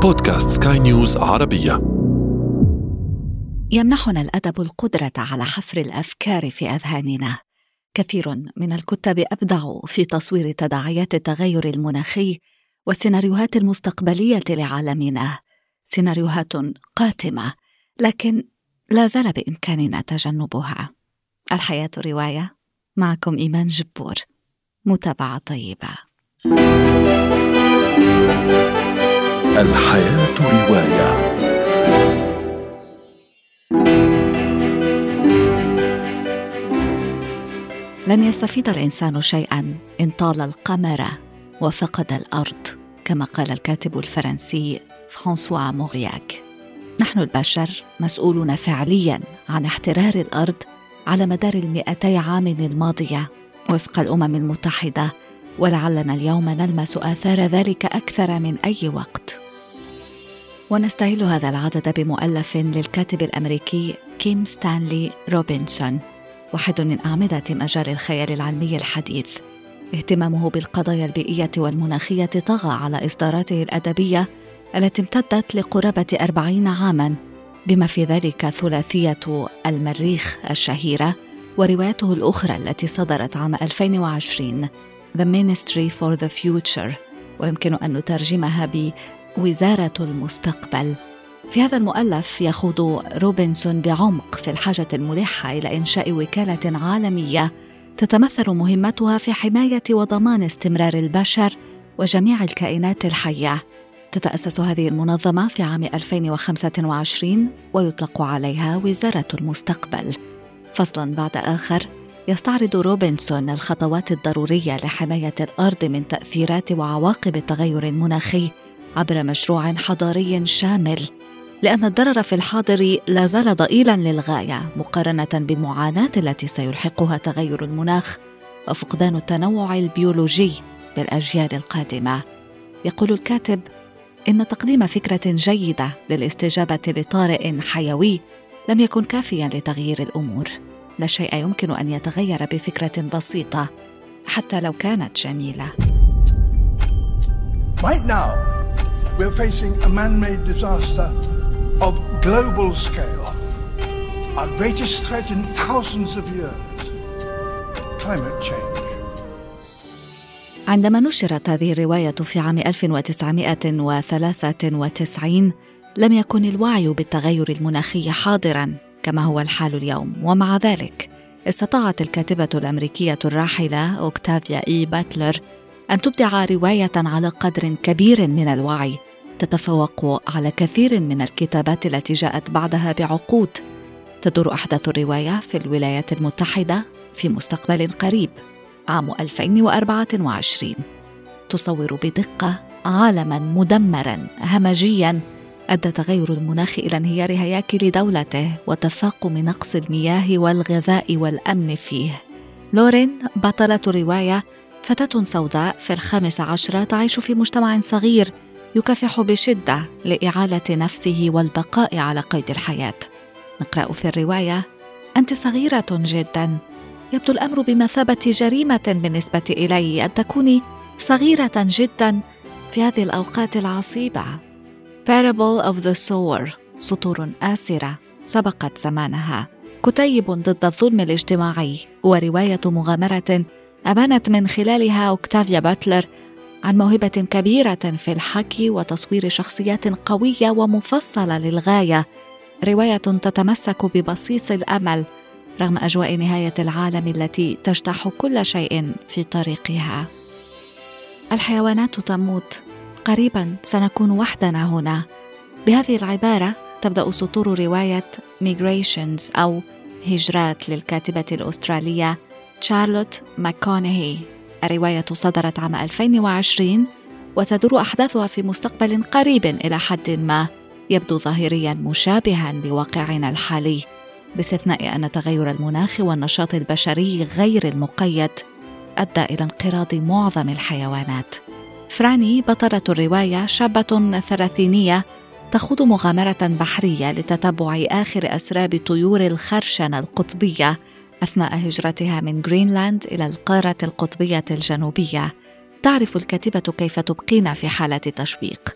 بودكاست سكاي نيوز عربية. يمنحنا الأدب القدرة على حفر الأفكار في أذهاننا. كثير من الكتاب أبدعوا في تصوير تداعيات التغير المناخي والسيناريوهات المستقبلية لعالمنا، سيناريوهات قاتمة، لكن لا زال بإمكاننا تجنبها. الحياة رواية. معكم إيمان جبور. متابعة طيبة. الحياة رواية. لن يستفيد الإنسان شيئاً إن طال القمر وفقد الأرض، كما قال الكاتب الفرنسي فرانسوا مورياك. نحن البشر مسؤولون فعلياً عن احترار الأرض على مدار 200 عام الماضية وفق الأمم المتحدة، ولعلنا اليوم نلمس آثار ذلك أكثر من أي وقت. ونستهل هذا العدد بمؤلف للكاتب الأمريكي كيم ستانلي روبنسون، واحد من أعمدة مجال الخيال العلمي الحديث. اهتمامه بالقضايا البيئية والمناخية طغى على إصداراته الأدبية التي امتدت لقرابة 40 عاماً، بما في ذلك ثلاثية المريخ الشهيرة، وروايته الأخرى التي صدرت عام 2020 The Ministry for the Future، ويمكن أن نترجمها بوزارة المستقبل. في هذا المؤلف يخوض روبنسون بعمق في الحاجة الملحة إلى إنشاء وكالة عالمية تتمثل مهمتها في حماية وضمان استمرار البشر وجميع الكائنات الحية. تتأسس هذه المنظمة في عام 2025 ويطلق عليها وزارة المستقبل. فصلاً بعد آخر يستعرض روبنسون الخطوات الضرورية لحماية الأرض من تأثيرات وعواقب التغير المناخي عبر مشروع حضاري شامل، لأن الضرر في الحاضر لا زال ضئيلاً للغاية مقارنة بالمعاناة التي سيلحقها تغير المناخ وفقدان التنوع البيولوجي بالأجيال القادمة. يقول الكاتب إن تقديم فكرة جيدة للاستجابة لطارئ حيوي لم يكن كافياً لتغيير الأمور. لا شيء يمكن أن يتغير بفكرة بسيطة حتى لو كانت جميلة. Right now, we're facing a man-made disaster of global scale. Our greatest threat in thousands of years. Climate change. عندما نشرت هذه الرواية في عام 1993 لم يكن الوعي بالتغير المناخي حاضراً كما هو الحال اليوم، ومع ذلك استطاعت الكاتبة الأمريكية الراحلة أوكتافيا إي باتلر أن تبدع رواية على قدر كبير من الوعي تتفوق على كثير من الكتابات التي جاءت بعدها بعقود. تدور أحداث الرواية في الولايات المتحدة في مستقبل قريب، عام 2024. تصور بدقة عالماً مدمراً همجياً أدى تغير المناخ إلى انهيار هياكل دولته وتفاقم نقص المياه والغذاء والأمن فيه. لورين بطلة رواية فتاة سوداء في 15 تعيش في مجتمع صغير يكافح بشدة لإعالة نفسه والبقاء على قيد الحياة. نقرأ في الرواية: أنت صغيرة جداً. يبدو الأمر بمثابة جريمة بالنسبة إلي أن تكوني صغيرة جداً في هذه الأوقات العصيبة. Parable of the Sower، سطور آسرة سبقت زمانها، كتيب ضد الظلم الاجتماعي، ورواية مغامرة أبانت من خلالها أوكتافيا باتلر عن موهبة كبيرة في الحكي وتصوير شخصيات قوية ومفصلة للغاية. رواية تتمسك ببصيص الأمل رغم أجواء نهاية العالم التي تجتاح كل شيء في طريقها. الحيوانات تموت، قريباً سنكون وحدنا هنا. بهذه العبارة تبدأ سطور رواية Migrations أو هجرات للكاتبة الأسترالية شارلوت ماكونهي. الرواية صدرت عام 2020 وتدور أحداثها في مستقبل قريب إلى حد ما يبدو ظاهرياً مشابهاً لواقعنا الحالي، باستثناء أن تغير المناخ والنشاط البشري غير المقيد أدى إلى انقراض معظم الحيوانات. فراني بطلة الرواية شابة ثلاثينية تخوض مغامرة بحرية لتتبع آخر أسراب طيور الخرشنة القطبية أثناء هجرتها من غرينلاند إلى القارة القطبية الجنوبية. تعرف الكاتبة كيف تبقينا في حالة تشويق.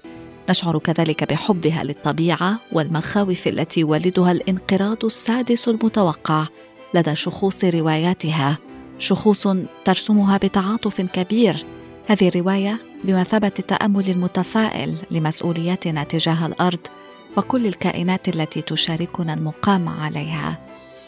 نشعر كذلك بحبها للطبيعة والمخاوف التي يولدها الانقراض السادس المتوقع لدى شخوص رواياتها، شخوص ترسمها بتعاطف كبير. هذه الرواية بمثابة التأمل المتفائل لمسؤولياتنا تجاه الأرض وكل الكائنات التي تشاركنا المقام عليها.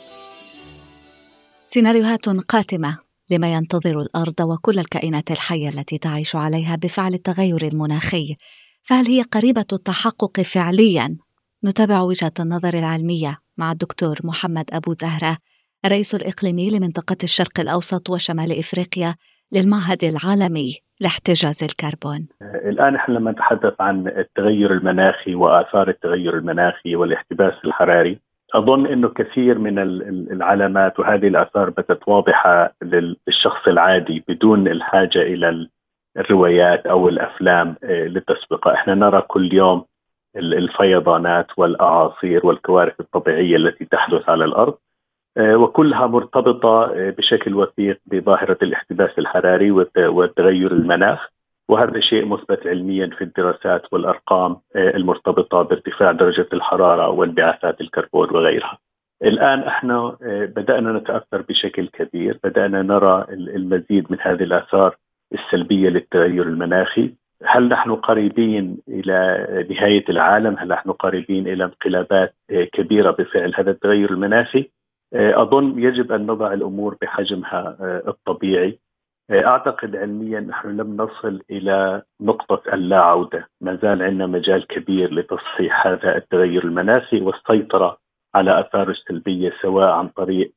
سيناريوهات قاتمة لما ينتظر الأرض وكل الكائنات الحية التي تعيش عليها بفعل التغير المناخي، فهل هي قريبة التحقق فعلياً؟ نتابع وجهة النظر العلمية مع الدكتور محمد أبو زهرة، الرئيس الإقليمي لمنطقة الشرق الأوسط وشمال إفريقيا للمعهد العالمي لاحتجاز الكربون. الآن نحن لما نتحدث عن التغير المناخي وآثار التغير المناخي والاحتباس الحراري، أظن أنه كثير من العلامات وهذه الآثار باتت واضحة للشخص العادي بدون الحاجة إلى الروايات أو الأفلام للتسبقة. إحنا نرى كل يوم الفيضانات والأعاصير والكوارث الطبيعية التي تحدث على الأرض، وكلها مرتبطة بشكل وثيق بظاهرة الاحتباس الحراري والتغير المناخ، وهذا شيء مثبت علميا في الدراسات والأرقام المرتبطة بارتفاع درجة الحرارة وانبعاثات الكربون وغيرها. الآن احنا بدأنا نتأثر بشكل كبير، بدأنا نرى المزيد من هذه الآثار السلبية للتغير المناخي. هل نحن قريبين إلى نهاية العالم؟ هل نحن قريبين إلى انقلابات كبيرة بفعل هذا التغير المناخي؟ أظن يجب أن نضع الأمور بحجمها الطبيعي. أعتقد علميا نحن لم نصل إلى نقطة اللا عودة، ما زال عندنا مجال كبير لتصحيح هذا التغير المناخي والسيطرة على آثاره السلبية، سواء عن طريق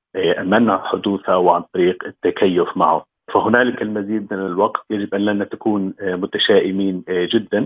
منع حدوثها أو عن طريق التكيف معه. فهنالك المزيد من الوقت، يجب أن لا نكون متشائمين جدا،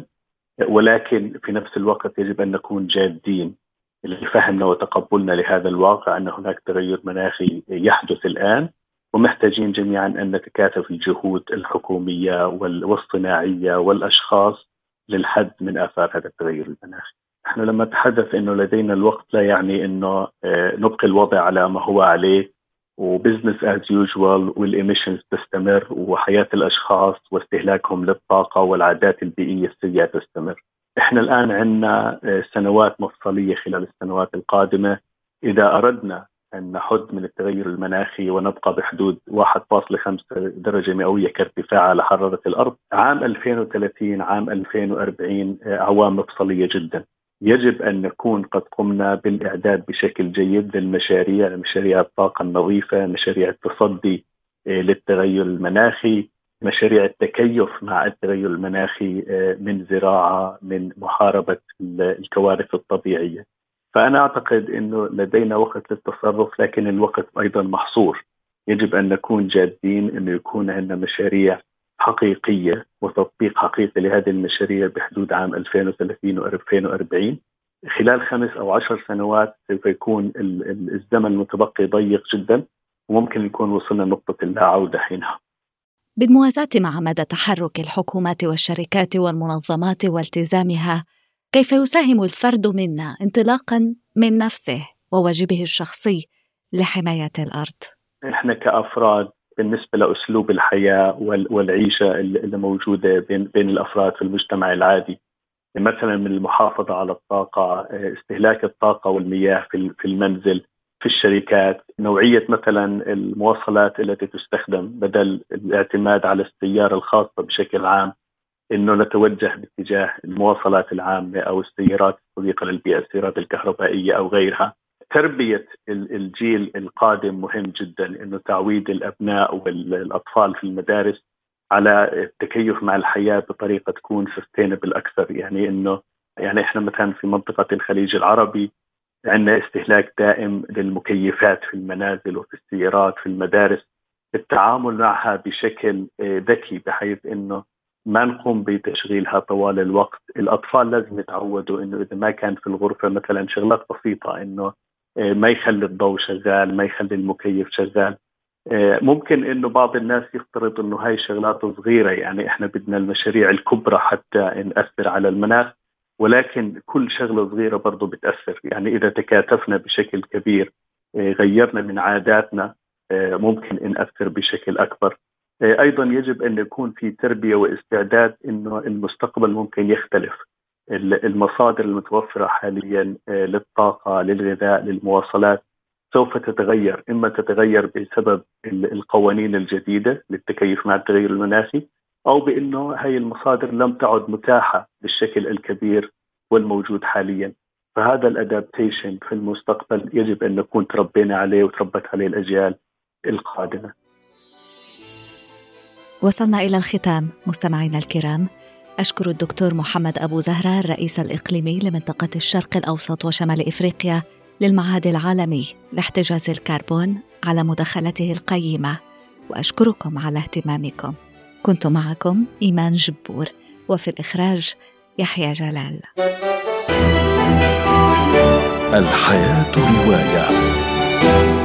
ولكن في نفس الوقت يجب أن نكون جادين لفهمنا وتقبلنا لهذا الواقع، أن هناك تغير مناخي يحدث الآن، ومحتاجين جميعا أن نتكاتف الجهود الحكومية والصناعية والأشخاص للحد من آثار هذا التغير المناخي. نحن لما نتحدث أنه لدينا الوقت لا يعني أنه نبقي الوضع على ما هو عليه وبزنس as usual والإيميشنز تستمر وحياة الأشخاص واستهلاكهم للطاقة والعادات البيئية السيئة تستمر. إحنا الآن عندنا سنوات مفصلية خلال السنوات القادمة. إذا أردنا أن نحد من التغير المناخي ونبقى بحدود 1.5 درجة مئوية كارتفاع على حرارة الأرض، عام 2030 عام 2040 أعوام مفصلية جدا. يجب أن نكون قد قمنا بالإعداد بشكل جيد للمشاريع، مشاريع الطاقة النظيفة، مشاريع التصدي للتغير المناخي، مشاريع التكيف مع التغير المناخي، من زراعة، من محاربة الكوارث الطبيعية. فأنا أعتقد أنه لدينا وقت للتصرف، لكن الوقت أيضا محصور. يجب أن نكون جادين، أنه يكون عندنا مشاريع حقيقية وتطبيق حقيقي لهذه المشاريع بحدود عام 2030 و2040. خلال 5 أو 10 سنوات سوف يكون الزمن المتبقي ضيق جدا، وممكن يكون وصلنا نقطة اللا عودة حينها. بالموازاة مع مدى تحرك الحكومات والشركات والمنظمات والتزامها، كيف يساهم الفرد منا انطلاقا من نفسه وواجبه الشخصي لحماية الأرض؟ إحنا كأفراد بالنسبة لأسلوب الحياة والعيشة اللي موجودة بين الأفراد في المجتمع العادي، مثلا من المحافظة على الطاقة، استهلاك الطاقة والمياه في المنزل، في الشركات، نوعية مثلا المواصلات التي تستخدم، بدل الاعتماد على السيارة الخاصة بشكل عام، إنه نتوجه باتجاه المواصلات العامة أو السيارات الصديقة للبيئة، السيارات الكهربائية أو غيرها. تربية الجيل القادم مهم جدا، إنه تعويد الأبناء والأطفال في المدارس على التكيف مع الحياة بطريقة تكون sustainable أكثر. يعني إحنا مثلا في منطقة الخليج العربي عندنا استهلاك دائم للمكيفات في المنازل وفي السيارات في المدارس. التعامل معها بشكل ذكي بحيث إنه ما نقوم بتشغيلها طوال الوقت. الأطفال لازم يتعودوا إنه إذا ما كان في الغرفة مثلا شغلات بسيطة، إنه ما يخلي الضوء شغال، ما يخلي المكيف شغال. ممكن إنه بعض الناس يفترض إنه هاي شغلات صغيرة، يعني إحنا بدنا المشاريع الكبرى حتى نأثر على المناخ، ولكن كل شغلة صغيرة برضو بتأثر. يعني إذا تكاتفنا بشكل كبير، غيرنا من عاداتنا، ممكن نأثر بشكل أكبر. أيضا يجب أن يكون في تربية واستعداد إنه المستقبل ممكن يختلف. المصادر المتوفرة حاليا للطاقة، للغذاء، للمواصلات سوف تتغير، إما تتغير بسبب القوانين الجديدة للتكيف مع التغير المناخي، أو بأنه هاي المصادر لم تعد متاحة بالشكل الكبير والموجود حاليا. فهذا الأدابتيشن في المستقبل يجب أن نكون تربينا عليه وتربت عليه الأجيال القادمة. وصلنا إلى الختام مستمعينا الكرام. أشكر الدكتور محمد أبو زهرة الرئيس الإقليمي لمنطقة الشرق الأوسط وشمال إفريقيا للمعهد العالمي لاحتجاز الكربون على مداخلته القيمة، وأشكركم على اهتمامكم. كنت معكم إيمان جبور، وفي الإخراج يحيى جلال. الحياة رواية.